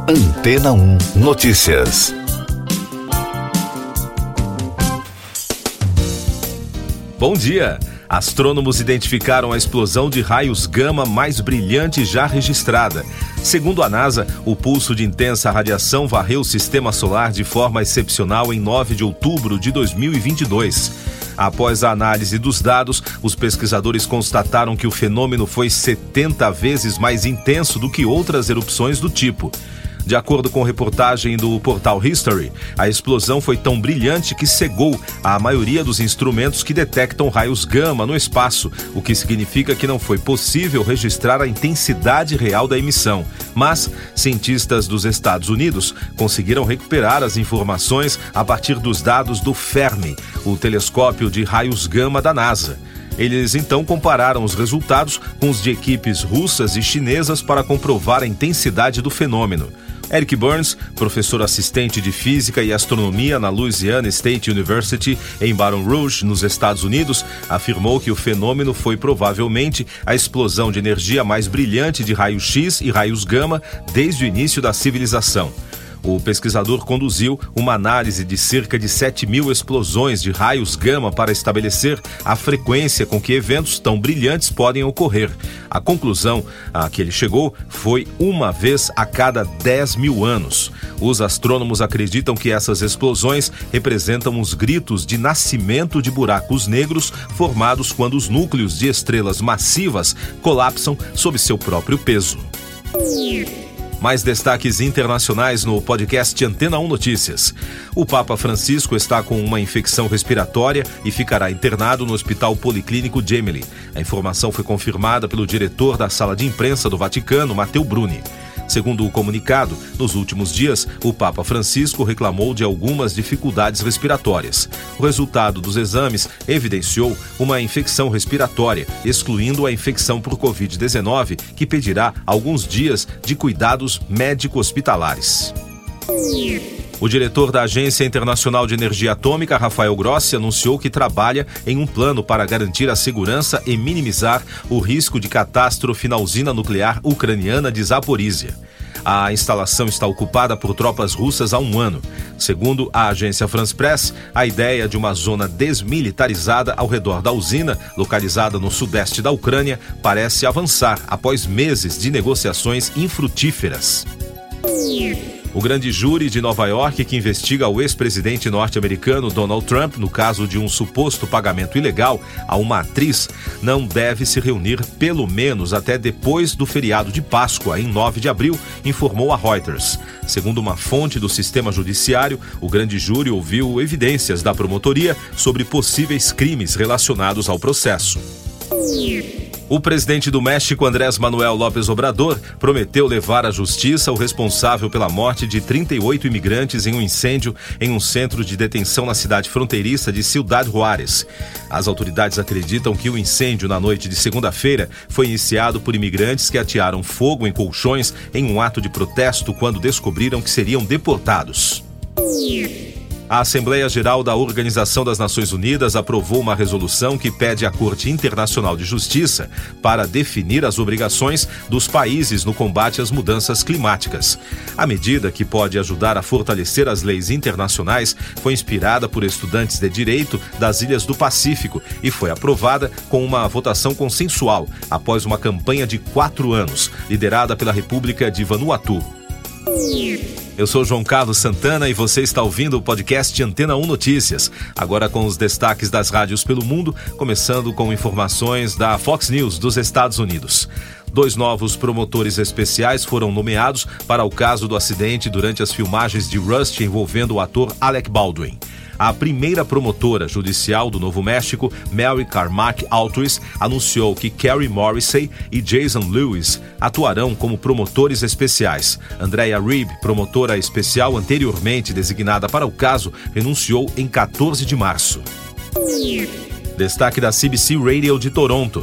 Antena 1 Notícias. Bom dia! Astrônomos identificaram a explosão de raios gama mais brilhante já registrada. Segundo a NASA, o pulso de intensa radiação varreu o sistema solar de forma excepcional em 9 de outubro de 2022. Após a análise dos dados, os pesquisadores constataram que o fenômeno foi 70 vezes mais intenso do que outras erupções do tipo. De acordo com reportagem do portal History, a explosão foi tão brilhante que cegou a maioria dos instrumentos que detectam raios gama no espaço, o que significa que não foi possível registrar a intensidade real da emissão. Mas cientistas dos Estados Unidos conseguiram recuperar as informações a partir dos dados do Fermi, o telescópio de raios gama da NASA. Eles então compararam os resultados com os de equipes russas e chinesas para comprovar a intensidade do fenômeno. Eric Burns, professor assistente de Física e Astronomia na Louisiana State University, em Baton Rouge, nos Estados Unidos, afirmou que o fenômeno foi provavelmente a explosão de energia mais brilhante de raios-X e raios gama desde o início da civilização. O pesquisador conduziu uma análise de cerca de 7.000 explosões de raios gama para estabelecer a frequência com que eventos tão brilhantes podem ocorrer. A conclusão a que ele chegou foi uma vez a cada 10.000 anos. Os astrônomos acreditam que essas explosões representam os gritos de nascimento de buracos negros formados quando os núcleos de estrelas massivas colapsam sob seu próprio peso. Mais destaques internacionais no podcast Antena 1 Notícias. O Papa Francisco está com uma infecção respiratória e ficará internado no Hospital Policlínico Gemelli. A informação foi confirmada pelo diretor da sala de imprensa do Vaticano, Matteo Bruni. Segundo o comunicado, nos últimos dias, o Papa Francisco reclamou de algumas dificuldades respiratórias. O resultado dos exames evidenciou uma infecção respiratória, excluindo a infecção por Covid-19, que pedirá alguns dias de cuidados médico-hospitalares. O diretor da Agência Internacional de Energia Atômica, Rafael Grossi, anunciou que trabalha em um plano para garantir a segurança e minimizar o risco de catástrofe na usina nuclear ucraniana de Zaporizhia. A instalação está ocupada por tropas russas há um ano. Segundo a agência France Press, a ideia de uma zona desmilitarizada ao redor da usina, localizada no sudeste da Ucrânia, parece avançar após meses de negociações infrutíferas. O grande júri de Nova York, que investiga o ex-presidente norte-americano Donald Trump no caso de um suposto pagamento ilegal a uma atriz, não deve se reunir pelo menos até depois do feriado de Páscoa, em 9 de abril, informou a Reuters. Segundo uma fonte do sistema judiciário, o grande júri ouviu evidências da promotoria sobre possíveis crimes relacionados ao processo. O presidente do México, Andrés Manuel López Obrador, prometeu levar à justiça o responsável pela morte de 38 imigrantes em um incêndio em um centro de detenção na cidade fronteiriça de Ciudad Juárez. As autoridades acreditam que o incêndio na noite de segunda-feira foi iniciado por imigrantes que atearam fogo em colchões em um ato de protesto quando descobriram que seriam deportados. A Assembleia Geral da Organização das Nações Unidas aprovou uma resolução que pede à Corte Internacional de Justiça para definir as obrigações dos países no combate às mudanças climáticas. A medida, que pode ajudar a fortalecer as leis internacionais, foi inspirada por estudantes de direito das Ilhas do Pacífico e foi aprovada com uma votação consensual após uma campanha de 4 anos, liderada pela República de Vanuatu. Eu sou João Carlos Santana e você está ouvindo o podcast Antena 1 Notícias. Agora com os destaques das rádios pelo mundo, começando com informações da Fox News dos Estados Unidos. 2 novos promotores especiais foram nomeados para o caso do acidente durante as filmagens de Rust envolvendo o ator Alec Baldwin. A primeira promotora judicial do Novo México, Mary Carmack Altruis, anunciou que Carrie Morrissey e Jason Lewis atuarão como promotores especiais. Andrea Reeb, promotora especial anteriormente designada para o caso, renunciou em 14 de março. Destaque da CBC Radio de Toronto.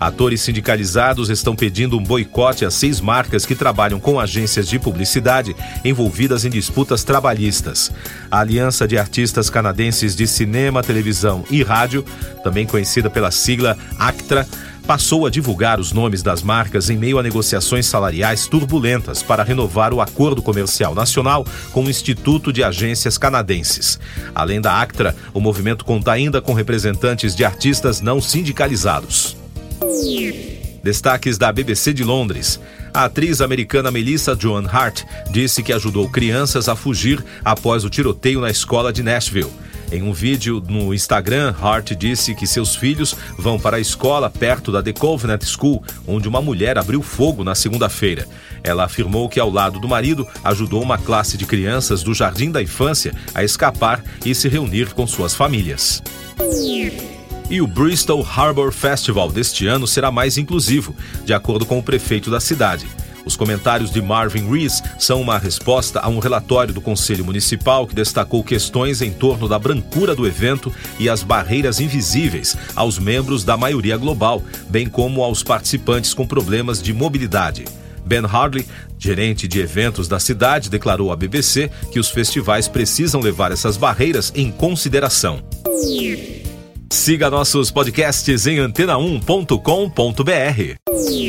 Atores sindicalizados estão pedindo um boicote a 6 marcas que trabalham com agências de publicidade envolvidas em disputas trabalhistas. A Aliança de Artistas Canadenses de Cinema, Televisão e Rádio, também conhecida pela sigla ACTRA, passou a divulgar os nomes das marcas em meio a negociações salariais turbulentas para renovar o Acordo Comercial Nacional com o Instituto de Agências Canadenses. Além da ACTRA, o movimento conta ainda com representantes de artistas não sindicalizados. Destaques da BBC de Londres. A atriz americana Melissa Joan Hart disse que ajudou crianças a fugir após o tiroteio na escola de Nashville. Em um vídeo no Instagram, Hart disse que seus filhos vão para a escola perto da The Covenant School, onde uma mulher abriu fogo na segunda-feira. Ela afirmou que, ao lado do marido, ajudou uma classe de crianças do Jardim da Infância a escapar e se reunir com suas famílias. E o Bristol Harbour Festival deste ano será mais inclusivo, de acordo com o prefeito da cidade. Os comentários de Marvin Rees são uma resposta a um relatório do Conselho Municipal que destacou questões em torno da brancura do evento e as barreiras invisíveis aos membros da maioria global, bem como aos participantes com problemas de mobilidade. Ben Hartley, gerente de eventos da cidade, declarou à BBC que os festivais precisam levar essas barreiras em consideração. Siga nossos podcasts em antena1.com.br.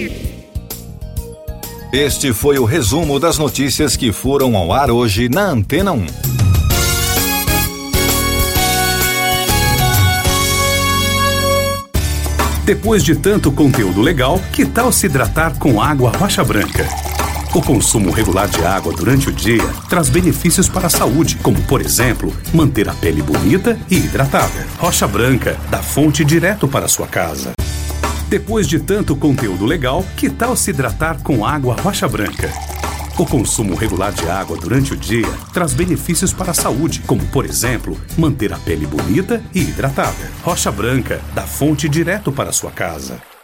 Este foi o resumo das notícias que foram ao ar hoje na Antena 1. Depois de tanto conteúdo legal, que tal se hidratar com água Rocha Branca? O consumo regular de água durante o dia traz benefícios para a saúde, como, por exemplo, manter a pele bonita e hidratada. Rocha Branca, da fonte direto para a sua casa. Depois de tanto conteúdo legal, que tal se hidratar com água Rocha Branca? O consumo regular de água durante o dia traz benefícios para a saúde, como, por exemplo, manter a pele bonita e hidratada. Rocha Branca, da fonte direto para a sua casa.